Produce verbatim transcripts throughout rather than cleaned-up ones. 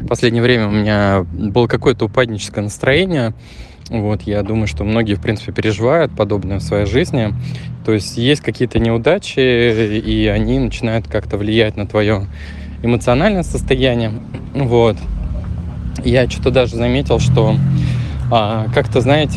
в последнее время у меня было какое-то упадническое настроение. Вот, я думаю, что многие, в принципе, переживают подобное в своей жизни. То есть есть какие-то неудачи, и они начинают как-то влиять на твое эмоциональное состояние. Вот. Я что-то даже заметил, что а, как-то, знаете,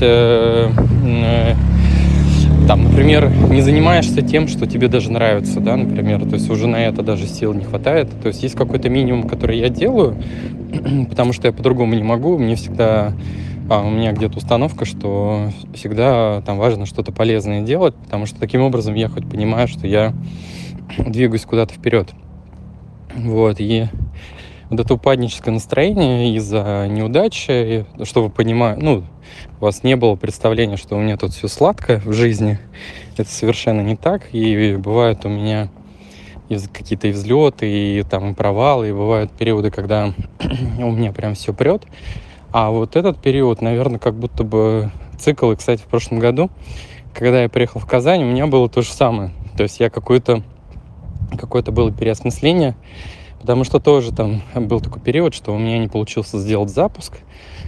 э, там, например, не занимаешься тем, что тебе даже нравится, да, например, то есть уже на это даже сил не хватает. То есть есть какой-то минимум, который я делаю, потому что я по-другому не могу. Мне всегда, а, у меня где-то установка, что всегда там важно что-то полезное делать, потому что таким образом я хоть понимаю, что я двигаюсь куда-то вперед. Вот, и вот это упадническое настроение из-за неудачи, что вы понимаете, ну, у вас не было представления, что у меня тут все сладко в жизни. Это совершенно не так. И бывают у меня и какие-то и взлеты, и там и провалы, и бывают периоды, когда у меня прям все прет. А вот этот период, наверное, как будто бы цикл. И, кстати, в прошлом году, когда я приехал в Казань, у меня было то же самое. То есть я какое-то какое-то было переосмысление, потому что тоже там был такой период, что у меня не получился сделать запуск.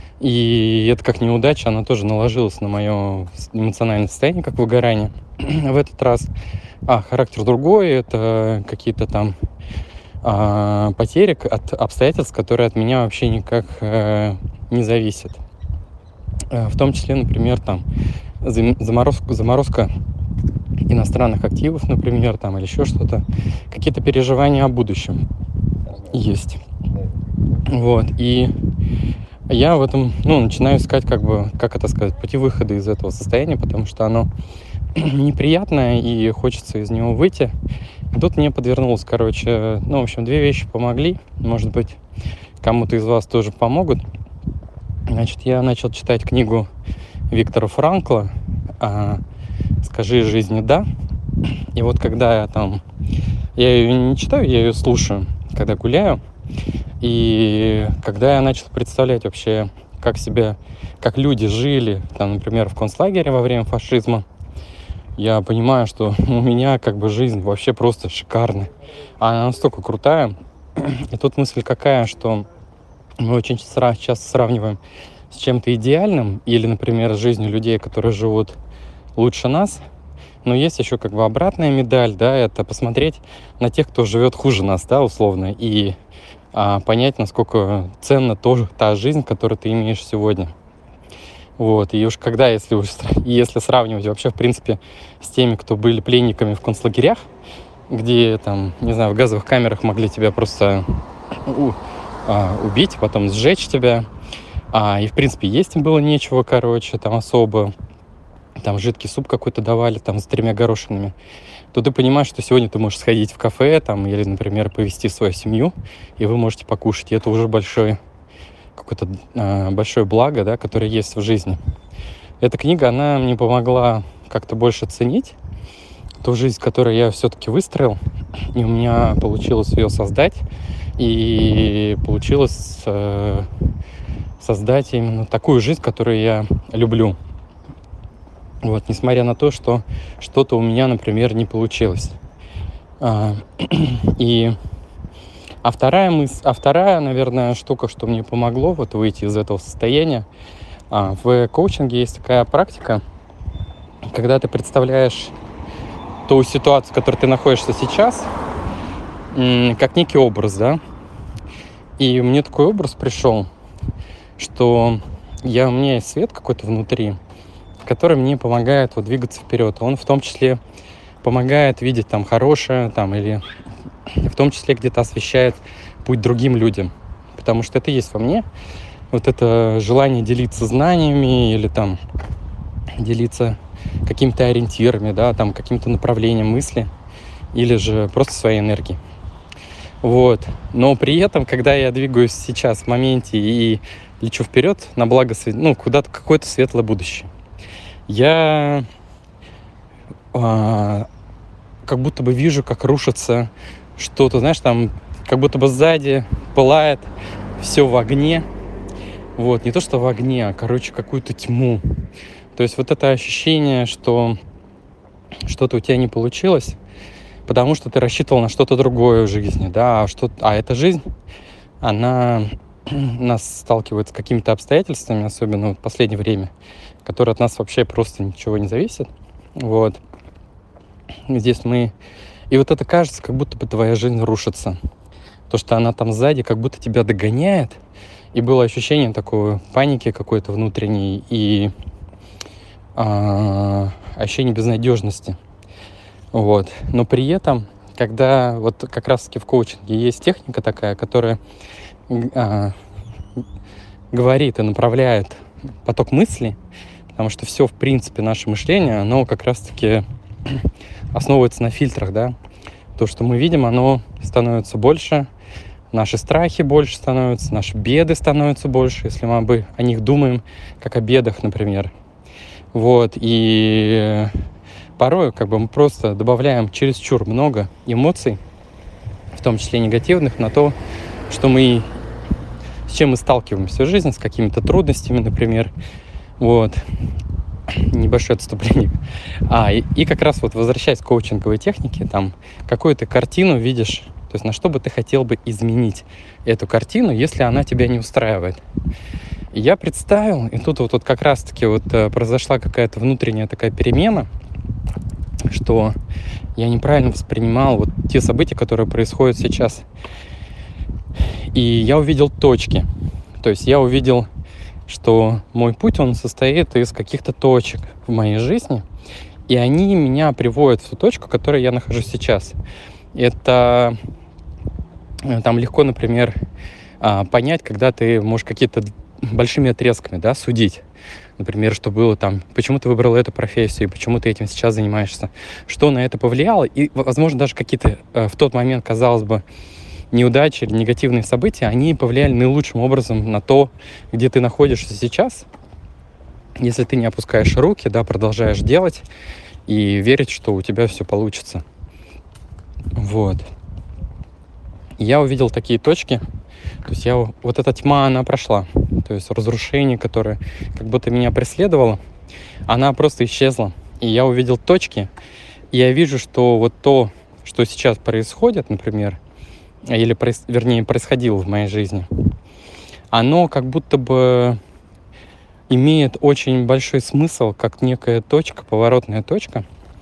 И это как неудача, она тоже наложилась на мое эмоциональное состояние, как выгорание. В этот раз а, характер другой, это какие-то там а, потери от обстоятельств, которые от меня вообще никак а, не зависят. А, в том числе, например, там заморозка, заморозка иностранных активов, например, там, или еще что-то. Какие-то переживания о будущем есть. Вот, и я в этом, ну, начинаю искать, как бы, как это сказать, пути выхода из этого состояния, потому что оно неприятное, и хочется из него выйти. И тут мне подвернулось, короче, ну, в общем, две вещи помогли. Может быть, кому-то из вас тоже помогут. Значит, я начал читать книгу Виктора Франкла «Скажи жизни да». И вот когда я там... Я ее не читаю, я ее слушаю, когда гуляю. И когда я начал представлять вообще, как себя, как люди жили, там, например, в концлагере во время фашизма, я понимаю, что у меня как бы жизнь вообще просто шикарная. Она настолько крутая. И тут мысль какая, что мы очень часто сравниваем с чем-то идеальным, или, например, с жизнью людей, которые живут лучше нас. Но есть еще как бы обратная медаль, да, это посмотреть на тех, кто живет хуже нас, да, условно, и а, понять, насколько ценна тоже та жизнь, которую ты имеешь сегодня. Вот, и уж когда, если, уж, если сравнивать вообще, в принципе, с теми, кто были пленниками в концлагерях, где, там, не знаю, в газовых камерах могли тебя просто у, а, убить, потом сжечь тебя, а, и, в принципе, есть им было нечего, короче, там особо, там жидкий суп какой-то давали, там, с тремя горошинами, то ты понимаешь, что сегодня ты можешь сходить в кафе, там, или, например, повезти свою семью, и вы можете покушать, и это уже большой, какое-то э, большое благо, да, которое есть в жизни. Эта книга, она мне помогла как-то больше ценить ту жизнь, которую я все-таки выстроил, и у меня получилось ее создать, и получилось э, создать именно такую жизнь, которую я люблю. Вот, несмотря на то, что что-то у меня, например, не получилось. А, и, а, вторая мысль, а вторая, наверное, штука, что мне помогло вот выйти из этого состояния, а, в коучинге есть такая практика, когда ты представляешь ту ситуацию, в которой ты находишься сейчас, как некий образ, да. И мне такой образ пришел, что я, у меня есть свет какой-то внутри, который мне помогает вот двигаться вперед. Он в том числе помогает видеть там хорошее, там, или в том числе где-то освещает путь другим людям. Потому что это есть во мне. Вот это желание делиться знаниями или там делиться какими-то ориентирами, да, там каким-то направлением мысли или же просто своей энергией. Вот. Но при этом, когда я двигаюсь сейчас в моменте и лечу вперед на благо, ну, куда-то какое-то светлое будущее, я а, как будто бы вижу, как рушится что-то, знаешь, там как будто бы сзади пылает все в огне. Вот, не то, что в огне, а, короче, какую-то тьму. То есть вот это ощущение, что что-то у тебя не получилось, потому что ты рассчитывал на что-то другое в жизни, да, а, что, а эта жизнь, она нас сталкивают с какими-то обстоятельствами, особенно вот в последнее время, которые от нас вообще просто ничего не зависят. Вот. Здесь мы... И вот это кажется, как будто бы твоя жизнь рушится. То, что она там сзади, как будто тебя догоняет. И было ощущение такой паники какой-то внутренней и а, ощущение безнадежности. Вот. Но при этом, когда вот как раз-таки в коучинге есть техника такая, которая а, говорит и направляет поток мыслей, потому что все, в принципе, наше мышление, оно как раз-таки основывается на фильтрах, да. То, что мы видим, оно становится больше, наши страхи больше становятся, наши беды становятся больше, если мы об, о них думаем, как о бедах, например. Вот, и порой как бы мы просто добавляем чересчур много эмоций, в том числе негативных, на то, что мы, с чем мы сталкиваемся в жизни, с какими-то трудностями, например. Вот. Небольшое отступление. А, и, и как раз вот возвращаясь к коучинговой технике, там какую-то картину видишь, то есть на что бы ты хотел бы изменить эту картину, если она тебя не устраивает. И я представил, и тут вот, вот как раз-таки вот произошла какая-то внутренняя такая перемена, что я неправильно воспринимал вот те события, которые происходят сейчас. И я увидел точки. То есть я увидел, что мой путь, он состоит из каких-то точек в моей жизни, и они меня приводят в ту точку, в которой я нахожусь сейчас. Это там легко, например, понять, когда ты можешь какие-то большими отрезками, да, судить. Например, что было там, почему ты выбрал эту профессию, почему ты этим сейчас занимаешься, что на это повлияло, и, возможно, даже какие-то в тот момент, казалось бы, неудачи или негативные события, они повлияли наилучшим образом на то, где ты находишься сейчас. Если ты не опускаешь руки, да, продолжаешь делать и верить, что у тебя все получится. Вот. Я увидел такие точки, то есть я, вот эта тьма, она прошла. То есть разрушение, которое как будто меня преследовало, она просто исчезла. И я увидел точки, и я вижу, что вот то, что сейчас происходит, например, или, вернее, происходило в моей жизни, оно как будто бы имеет очень большой смысл, как некая точка, поворотная точка,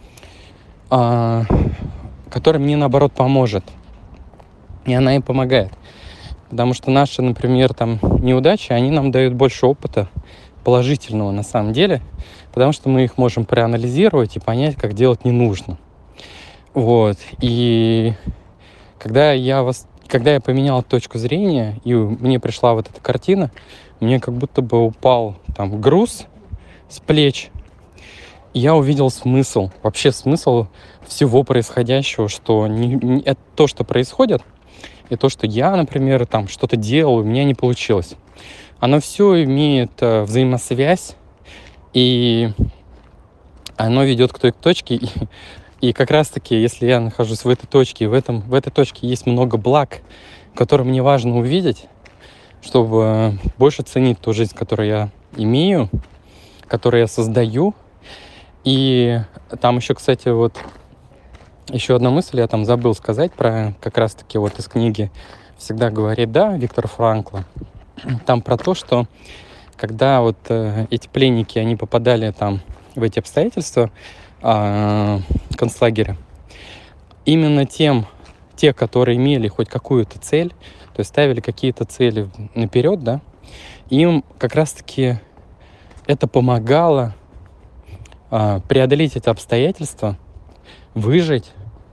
которая мне, наоборот, поможет. И она и помогает. Потому что наши, например, там, неудачи, они нам дают больше опыта положительного на самом деле, потому что мы их можем проанализировать и понять, как делать не нужно. Вот. И когда я, вос... когда я поменял точку зрения, и мне пришла вот эта картина, мне как будто бы упал там груз с плеч, и я увидел смысл, вообще смысл всего происходящего, что не, не, это то, что происходит, и то, что я, например, там что-то делал, у меня не получилось. Оно все имеет э, взаимосвязь, и оно ведет к той точке. И, и как раз-таки, если я нахожусь в этой точке, в, этом, в этой точке есть много благ, которые мне важно увидеть, чтобы больше ценить ту жизнь, которую я имею, которую я создаю. И там еще, кстати, вот еще одна мысль, я там забыл сказать про как раз-таки вот из книги «Всегда говорит да» Виктора Франкла. Там про то, что когда вот э, эти пленники, они попадали там в эти обстоятельства э, концлагеря, именно тем, те, которые имели хоть какую-то цель, то есть ставили какие-то цели наперед, да, им как раз-таки это помогало э, преодолеть эти обстоятельства, выжить.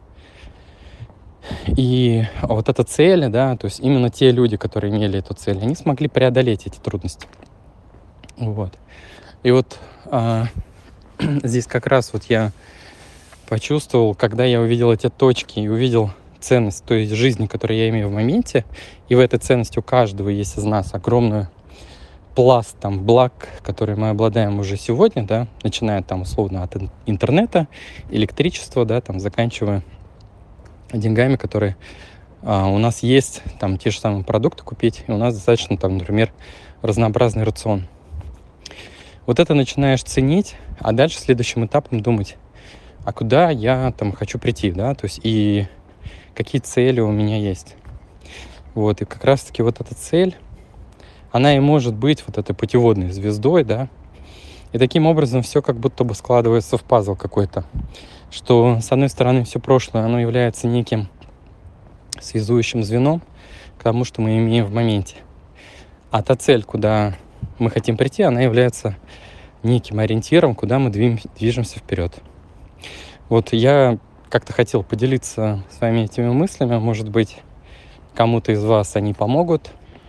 И вот эта цель, да, то есть именно те люди, которые имели эту цель, они смогли преодолеть эти трудности. Вот. И вот а, здесь как раз вот я почувствовал, когда я увидел эти точки и увидел ценность той жизни, которую я имею в моменте, и в этой ценности у каждого есть из нас огромный пласт там благ, которые мы обладаем уже сегодня, да, начиная там условно от интернета, электричества, да, там заканчивая деньгами, которые а, у нас есть, там те же самые продукты купить, и у нас достаточно там, например, разнообразный рацион. Вот это начинаешь ценить, а дальше следующим этапом думать, а куда я там хочу прийти, да, то есть и какие цели у меня есть. Вот, и как раз-таки вот эта цель, она и может быть вот этой путеводной звездой, да. И таким образом все как будто бы складывается в пазл какой-то, что, с одной стороны, все прошлое, оно является неким связующим звеном к тому, что мы имеем в моменте. А та цель, куда мы хотим прийти, она является неким ориентиром, куда мы двим- движемся вперед. Вот я как-то хотел поделиться с вами этими мыслями. Может быть, кому-то из вас они помогут.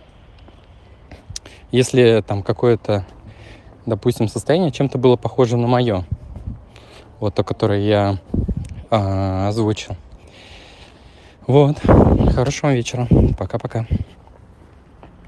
Если там какое-то, допустим, состояние чем-то было похоже на мое, вот то, которое я а, озвучил. Вот. Хорошего вечера. Пока-пока.